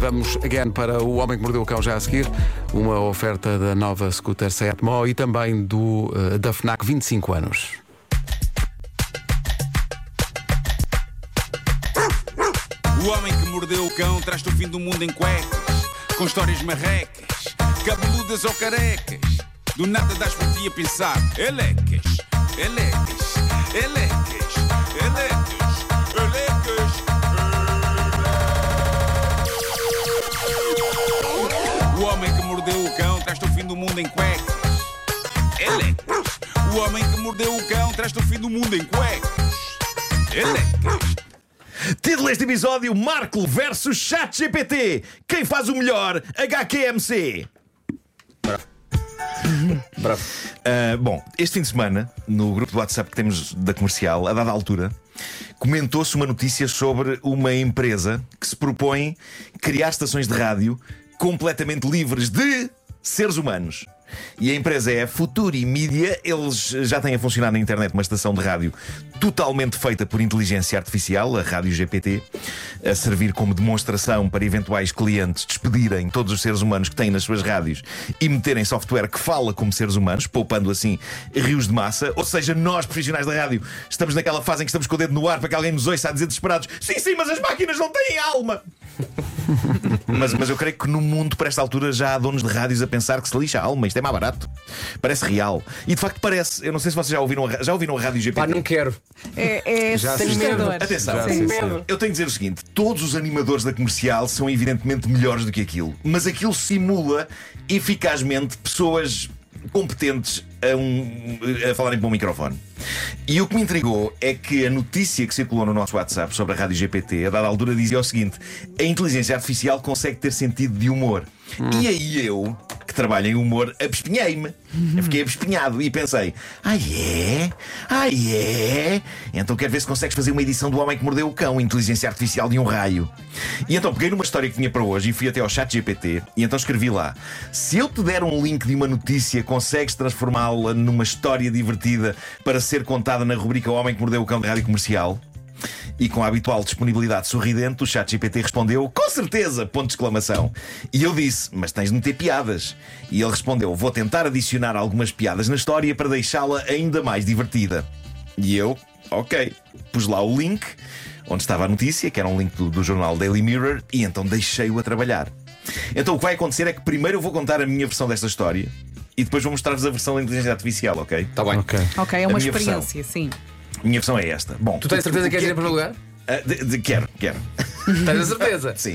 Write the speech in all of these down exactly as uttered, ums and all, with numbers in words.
Vamos again para O Homem que Mordeu o Cão já a seguir. Uma oferta da nova scooter Seat Mó e também do, uh, da FNAC vinte e cinco anos. O homem que mordeu o cão traz-te o fim do mundo em cuecas, com histórias marrecas, cabeludas ou carecas. Do nada das por ti a pensar: elecas, elecas, elecas, elecas, elecas. O homem que mordeu o cão traz-te o fim do mundo em cuecas. Elecas. O homem que mordeu o cão traz-te o fim do mundo em cuecas. Elecas. Título deste episódio: Marco versus ChatGPT. Quem faz o melhor? H Q M C. Bravo. Bravo. Uh, bom, este fim de semana, no grupo do WhatsApp que temos da Comercial, a dada altura, comentou-se uma notícia sobre uma empresa que se propõe criar estações de rádio completamente livres de seres humanos. E a empresa é a Futuri Media. Eles já têm a funcionar na internet uma estação de rádio totalmente feita por inteligência artificial, a Rádio G P T, a servir como demonstração para eventuais clientes despedirem todos os seres humanos que têm nas suas rádios e meterem software que fala como seres humanos, poupando assim rios de massa. Ou seja, nós, profissionais da rádio, estamos naquela fase em que estamos com o dedo no ar para que alguém nos ouça a dizer desesperados: sim, sim, mas as máquinas não têm alma. mas, mas eu creio que no mundo, para esta altura, já há donos de rádios a pensar que se lixa a alma. Isto é mais barato. Parece real. E de facto parece. Eu não sei se vocês já ouviram a, já ouviram a Rádio G P T. Pá, não quero. É, é Já assustador. Atenção, Já sim, sim. eu tenho de dizer o seguinte: todos os animadores da Comercial são evidentemente melhores do que aquilo, mas aquilo simula eficazmente pessoas competentes a, um, a falarem para um microfone. E o que me intrigou é que a notícia que circulou no nosso WhatsApp sobre a Rádio G P T, a dada altura, dizia o seguinte: a inteligência artificial consegue ter sentido de humor. Hum. E aí eu, que trabalho em humor, abespinhei-me. Eu fiquei abespinhado e pensei: ah é? Ah é? Então quero ver se consegues fazer uma edição do Homem que Mordeu o Cão, inteligência artificial de um raio. E então peguei numa história que tinha para hoje e fui até ao chat G P T e então escrevi lá: se eu te der um link de uma notícia, consegues transformá-la numa história divertida para ser contada na rubrica O Homem que Mordeu o Cão da Rádio Comercial? E com a habitual disponibilidade sorridente, o chat G P T respondeu: com certeza, ponto de exclamação. E eu disse: mas tens de meter piadas. E ele respondeu: vou tentar adicionar algumas piadas na história para deixá-la ainda mais divertida. E eu, ok, pus lá o link onde estava a notícia, que era um link do, do jornal Daily Mirror, e então deixei-o a trabalhar. Então o que vai acontecer é que primeiro eu vou contar a minha versão desta história e depois vou mostrar-vos a versão da inteligência artificial, ok? Tá bem. Ok. Ok, é uma A minha experiência, sim. A minha versão é esta. Bom, Tu tens certeza que queres ir em primeiro lugar? Ah, de, de, quero, quero. Tens a certeza? Sim.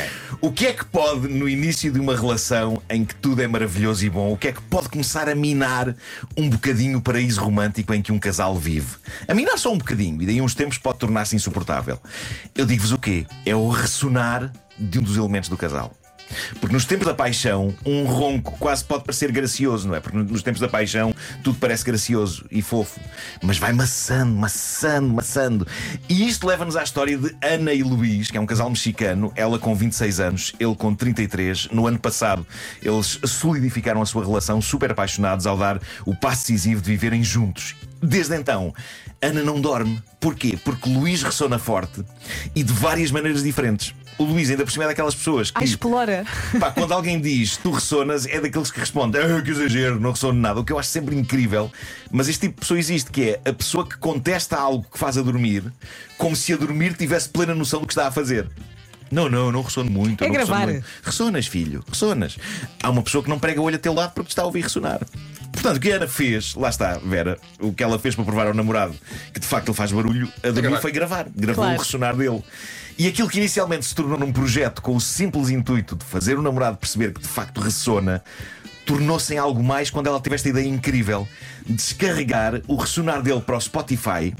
O que é que pode, no início de uma relação em que tudo é maravilhoso e bom, o que é que pode começar a minar um bocadinho o paraíso romântico em que um casal vive? A minar só um bocadinho, e daí uns tempos pode tornar-se insuportável. Eu digo-vos o quê? É o ressonar de um dos elementos do casal. Porque nos tempos da paixão, um ronco quase pode parecer gracioso, não é? Porque nos tempos da paixão tudo parece gracioso e fofo, mas vai maçando, maçando, maçando. E isto leva-nos à história de Ana e Luís, que é um casal mexicano, ela com vinte e seis anos, ele com trinta e três. No ano passado eles solidificaram a sua relação, super apaixonados, ao dar o passo decisivo de viverem juntos. Desde então, Ana não dorme. Porquê? Porque Luís ressona forte e de várias maneiras diferentes. O Luís ainda por cima é daquelas pessoas que... Ah, explora. Pá, quando alguém diz tu ressonas, é daqueles que respondem: ah, que exagero, não ressono nada. O que eu acho sempre incrível. Mas este tipo de pessoa existe, que é a pessoa que contesta algo que faz a dormir como se a dormir tivesse plena noção do que está a fazer. Não, não, não ressono muito. É não gravar. Muito. Ressonas, filho, ressonas. Há uma pessoa que não prega o olho a teu lado porque está a ouvir ressonar. Portanto, o que a Ana fez, lá está, Vera, o que ela fez para provar ao namorado que de facto ele faz barulho a dormir, gravar. foi gravar. Gravou Claro. o ressonar dele. E aquilo que inicialmente se tornou num projeto com o simples intuito de fazer o namorado perceber que de facto ressona, tornou-se em algo mais quando ela teve esta ideia incrível de descarregar o ressonar dele para o Spotify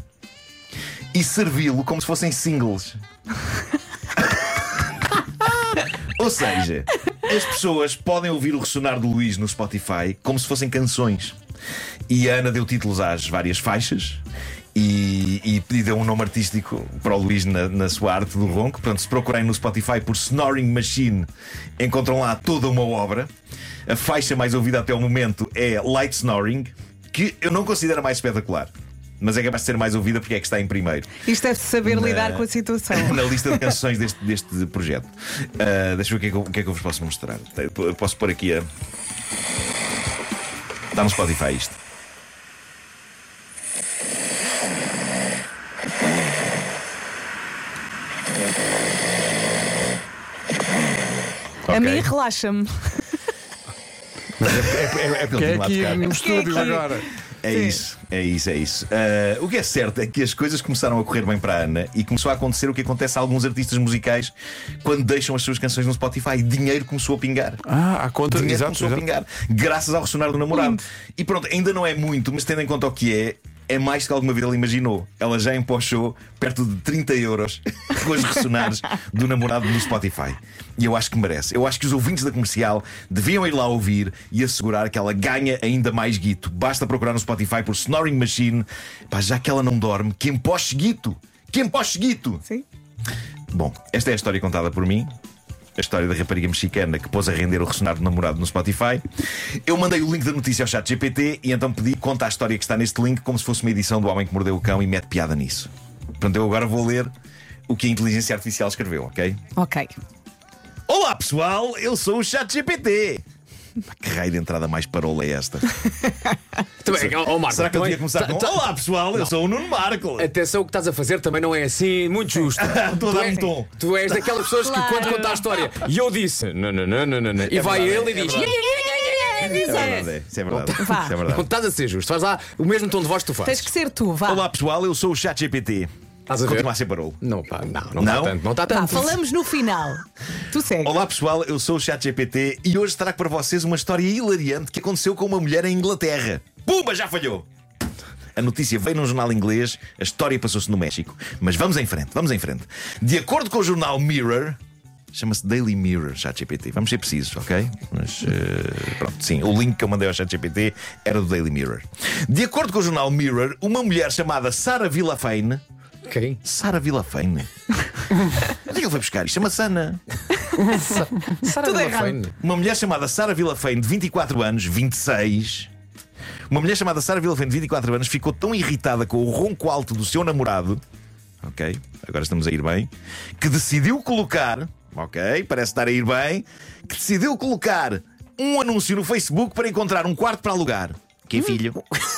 e servi-lo como se fossem singles. Ou seja, as pessoas podem ouvir o ressonar do Luís no Spotify como se fossem canções. E a Ana deu títulos às várias faixas e, e, e deu um nome artístico para o Luís na, na sua arte do ronco. Portanto, se procurarem no Spotify por Snoring Machine, encontram lá toda uma obra. A faixa mais ouvida até o momento é Light Snoring, que eu não considero a mais espetacular. mas é capaz de ser mais ouvida porque é que está em primeiro. Isto é de saber Na- lidar com a situação. Na lista de canções deste, deste projeto. Uh, Deixa eu ver o que, é que eu, o que é que eu vos posso mostrar. Eu posso pôr aqui a. Está no Spotify isto. A Ok. mim relaxa-me. É, é, Que é aqui no estúdio aqui? agora. É Sim. isso, é isso, é isso. Uh, o que é certo é que as coisas começaram a correr bem para a Ana e começou a acontecer o que acontece a alguns artistas musicais quando deixam as suas canções no Spotify. Dinheiro começou a pingar. Ah, à conta. Dinheiro Exato, começou exato. a pingar, graças ao ressonar do namorado. E pronto, ainda não é muito, mas tendo em conta o que é, é mais do que alguma vez ela imaginou. Ela já empochou perto de trinta euros com os ressonares do namorado no Spotify. E eu acho que merece. Eu acho que os ouvintes da Comercial deviam ir lá ouvir e assegurar que ela ganha ainda mais guito. Basta procurar no Spotify por Snoring Machine. Pá, já que ela não dorme, que empoche guito! Que empoche guito! Sim. Bom, esta é a história contada por mim. A história da rapariga mexicana que pôs a render o ressonar do namorado no Spotify. Eu mandei o link da notícia ao chat G P T e então pedi, conta a história que está neste link como se fosse uma edição do Homem que Mordeu o Cão e mete piada nisso. Portanto, eu agora vou ler o que a inteligência artificial escreveu, ok? Ok. Olá pessoal, eu sou o chat G P T. Pá, que raio de entrada mais parola é esta? Também, oh, Marco, Será que eu também- devia começar com tá- tá- olá pessoal, eu sou o Nuno Marco. Atenção, o que estás a fazer também não é assim muito justo. Estou a Tu dar um és- tom. Tu és daquelas pessoas que Claro. quando conta a história e eu disse não, não, não, não, não, não. E É vai verdade, ele é e diz verdade. É É verdade, é. Isso é verdade. Vá. Isso é Não verdade. estás a ser justo, faz lá o mesmo tom de voz que tu Tens fazes. que ser tu, vá. Olá pessoal, eu sou o chat G P T. Estás a ver? Continua a ser parolo. Não, pá, não, não Não? está tanto. Não está Vá, tanto. falamos no final. Tu segue. Olá pessoal, eu sou o chat G P T e hoje trago para vocês uma história hilariante que aconteceu com uma mulher em Inglaterra. Pumba, já falhou! A notícia veio num jornal inglês, a história passou-se no México. Mas vamos em frente, vamos em frente. De acordo com o jornal Mirror, chama-se Daily Mirror, chat G P T. Vamos ser precisos, ok? Mas eh, pronto, sim, o link que eu mandei ao chat G P T era do Daily Mirror. De acordo com o jornal Mirror, uma mulher chamada Sarah Villafane. Quem? Sarah Villafane? Onde é que ele foi buscar? Isto chama-se Ana. Sara Tudo Villafane. Uma mulher chamada Sarah Villafane, de vinte e quatro anos, vinte e seis. Uma mulher chamada Sarah Villafane, de vinte e quatro anos, ficou tão irritada com o ronco alto do seu namorado, ok, agora estamos a ir bem, que decidiu colocar, ok, parece estar a ir bem, que decidiu colocar um anúncio no Facebook para encontrar um quarto para alugar. Que é filho?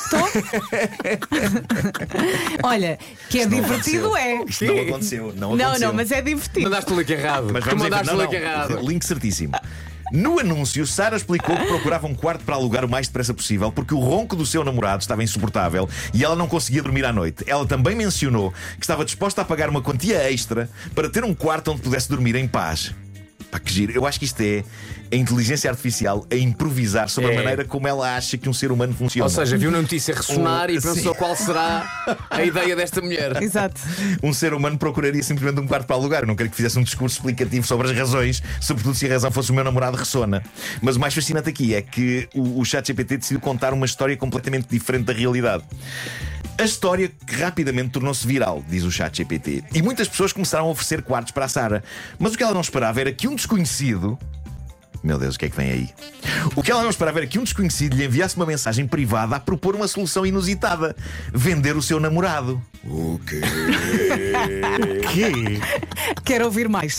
Olha, que é divertido, é. Isto não aconteceu. Não, Não, aconteceu. não, mas é divertido. Mandaste o link errado. Mas tu vamos em mandaste frente. o Não, link não. errado. Link certíssimo. No anúncio, Sara explicou que procurava um quarto para alugar o mais depressa possível porque o ronco do seu namorado estava insuportável e ela não conseguia dormir à noite. Ela também mencionou que estava disposta a pagar uma quantia extra para ter um quarto onde pudesse dormir em paz. Pá, que giro. Eu acho que isto é a inteligência artificial a improvisar sobre É. a maneira como ela acha que um ser humano funciona. Ou seja, viu na notícia ressonar e Sim. pensou qual será a ideia desta mulher. Exato. Um ser humano procuraria simplesmente um quarto para alugar. Eu não queria que fizesse um discurso explicativo sobre as razões, sobretudo se a razão fosse o meu namorado ressona. Mas o mais fascinante aqui é que o, o chat G P T decidiu contar uma história completamente diferente da realidade. A história que rapidamente tornou-se viral, diz o chat G P T. E muitas pessoas começaram a oferecer quartos para a Sara. Mas o que ela não esperava era que um desconhecido... Meu Deus, o que é que vem aí? O que ela não esperava era que um desconhecido lhe enviasse uma mensagem privada a propor uma solução inusitada: vender o seu namorado. O quê? quê? Quero ouvir mais.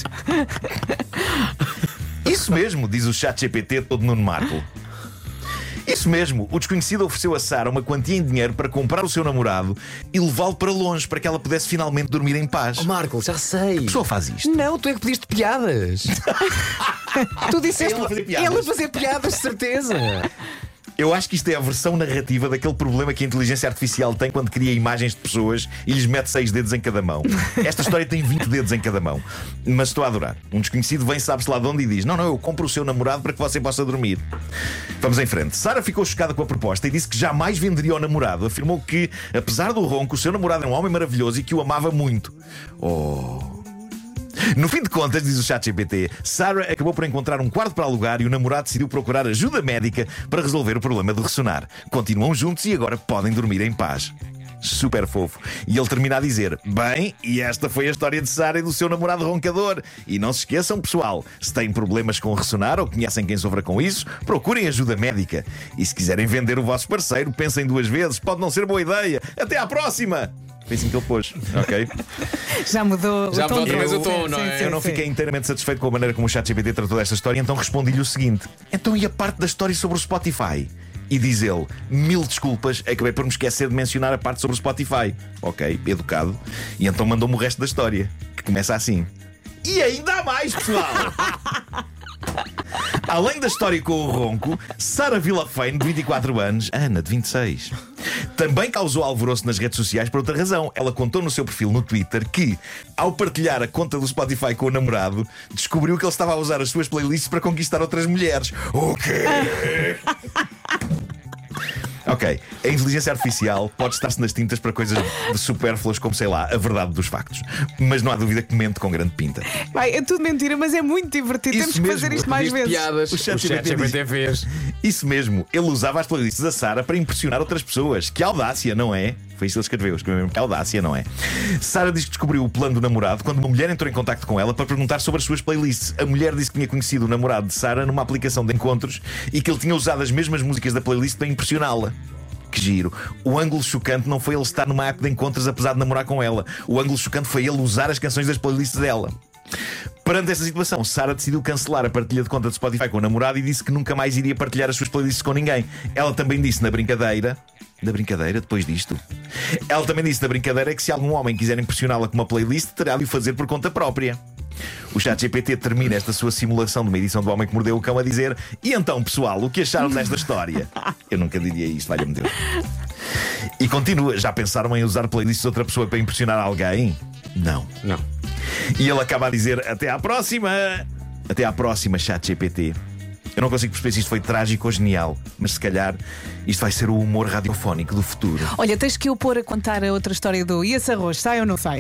Isso mesmo, diz o chat G P T todo Nuno Marco. Isso mesmo, o desconhecido ofereceu a Sara uma quantia em dinheiro para comprar o seu namorado e levá-lo para longe para que ela pudesse finalmente dormir em paz. Oh, Marco, já sei. A pessoa faz isto. Não, tu é que pediste piadas. Tu disseste Ele a fazer piadas. Ele a fazer piadas, de certeza. Eu acho que isto é a versão narrativa daquele problema que a inteligência artificial tem quando cria imagens de pessoas e lhes mete seis dedos em cada mão. Esta história tem vinte dedos em cada mão. Mas estou a adorar. Um desconhecido vem, sabe-se lá de onde, e diz: não, não, eu compro o seu namorado para que você possa dormir. Vamos em frente. Sara ficou chocada com a proposta e disse que jamais venderia o namorado. Afirmou que, apesar do ronco, o seu namorado é um homem maravilhoso e que o amava muito. Oh... No fim de contas, diz o chat G P T, Sarah acabou por encontrar um quarto para alugar e o namorado decidiu procurar ajuda médica para resolver o problema de ressonar. Continuam juntos e agora podem dormir em paz. super fofo. E ele termina a dizer: bem, e esta foi a história de Sara e do seu namorado roncador. E não se esqueçam, pessoal, se têm problemas com ressonar ou conhecem quem sofra com isso, procurem ajuda médica. E se quiserem vender o vosso parceiro, pensem duas vezes, pode não ser boa ideia. Até à próxima! Foi assim que ele pôs, ok? Já mudou Já o tom mudou outra vez dele. o tom, Sim, não sim, é? sim, Eu não sim. fiquei inteiramente satisfeito com a maneira como o ChatGPT tratou desta história, então respondi-lhe o seguinte: então e a parte da história sobre o Spotify? E diz ele: mil desculpas, acabei por me esquecer de mencionar a parte sobre o Spotify. Ok, educado. E então mandou-me o resto da história, que começa assim: e ainda há mais, pessoal! Além da história com o ronco, Sara Villafane, de vinte e quatro anos, Ana, de vinte e seis, também causou alvoroço nas redes sociais por outra razão. Ela contou no seu perfil no Twitter que, ao partilhar a conta do Spotify com o namorado, descobriu que ele estava a usar as suas playlists para conquistar outras mulheres. O quê? Ok, a inteligência artificial pode estar-se nas tintas para coisas supérfluas como, sei lá, a verdade dos factos. Mas não há dúvida que mente com grande pinta. Vai, é tudo mentira, mas é muito divertido. Isso Temos que fazer mesmo. isto mais Diz vezes. piadas. O O chat chat G P T fez. Isso mesmo, ele usava as playlists da Sara para impressionar outras pessoas. Que audácia, não é? Foi isso que ele escreveu, escreveu mesmo. Que audácia, não é? Sara diz que descobriu o plano do namorado quando uma mulher entrou em contacto com ela para perguntar sobre as suas playlists. A mulher disse que tinha conhecido o namorado de Sara numa aplicação de encontros e que ele tinha usado as mesmas músicas da playlist para impressioná-la. Que giro. O ângulo chocante não foi ele estar numa app de encontros apesar de namorar com ela. O ângulo chocante foi ele usar as canções das playlists dela. Perante esta situação, Sara decidiu cancelar a partilha de conta de Spotify com o namorado e disse que nunca mais iria partilhar as suas playlists com ninguém. Ela também disse na brincadeira Na brincadeira, depois disto Ela também disse na brincadeira que se algum homem quiser impressioná-la com uma playlist, terá de o fazer por conta própria. O ChatGPT termina esta sua simulação de uma edição do Homem que Mordeu o Cão a dizer: e então, pessoal, o que acharam desta história? Eu nunca diria isto, valha-me Deus. E continua: já pensaram em usar playlists de outra pessoa para impressionar alguém? Não. Não. E ele acaba a dizer: até à próxima! Até à próxima, ChatGPT. Eu não consigo perceber se isto foi trágico ou genial, mas se calhar isto vai ser o humor radiofónico do futuro. Olha, tens que eu pôr a contar a outra história do e esse arroz, sai ou não sai?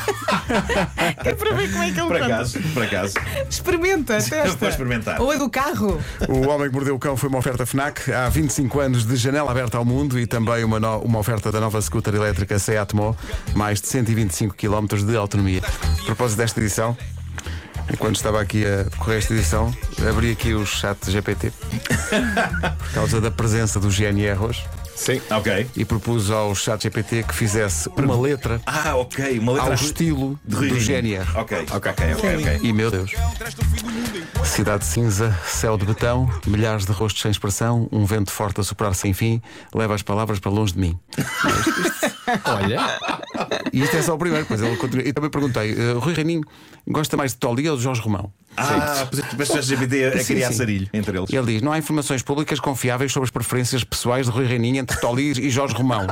É para ver como é que ele Por conta. acaso, por acaso. Experimenta, testa. Vou experimentar. Ou a do carro. O Homem que Mordeu o Cão foi uma oferta FNAC há vinte e cinco anos de janela aberta ao mundo e também uma, no- uma oferta da nova scooter elétrica Seat Mó, mais de cento e vinte e cinco quilómetros de autonomia. A propósito desta edição, enquanto estava aqui a decorrer esta edição, abri aqui o chat G P T por causa da presença do G N R hoje Sim. Ok. e propus ao chat G P T que fizesse uma letra Ah, ok. Uma letra ao estilo de Rui do Rio. G N R. Ok, ok, ok, ok, ok. E meu Deus, Traz-te o fim do mundo em cidade cinza, céu de betão, milhares de rostos sem expressão, um vento forte a soprar sem fim, leva as palavras para longe de mim. Olha. E isto é só o primeiro, pois ele continua. E também perguntei: uh, Rui Reininho gosta mais de Toli ou de Jorge Romão? Ah, parece que o G P T a Sim, criar sim. sarilho entre eles. E ele diz: não há informações públicas confiáveis sobre as preferências pessoais de Rui Reininho entre Toli e Jorge Romão.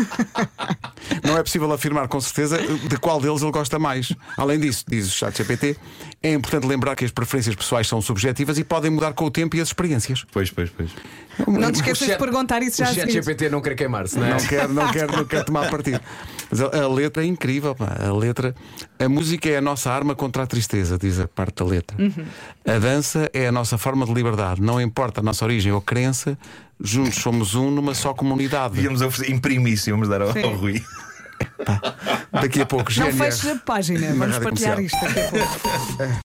Não é possível afirmar com certeza de qual deles ele gosta mais. Além disso, diz o chat G P T, é importante lembrar que as preferências pessoais são subjetivas e podem mudar com o tempo e as experiências. Pois, pois, pois. Não te esqueças O chat- de perguntar isso já O a chat seguir. G P T não quer queimar-se, não é? Não quero, não quero, não quero tomar partido. Mas a, a letra é incrível, pá. A letra, a música é a nossa arma contra a tristeza, diz a parte da letra. A dança é a nossa forma de liberdade. Não importa a nossa origem ou crença, juntos somos um numa só comunidade. Devíamos oferecer, imprimir isso e vamos dar ao, ao Rui. Daqui a pouco, Não G N R. feches a página, Na vamos Rádio partilhar Comercial. isto daqui a pouco.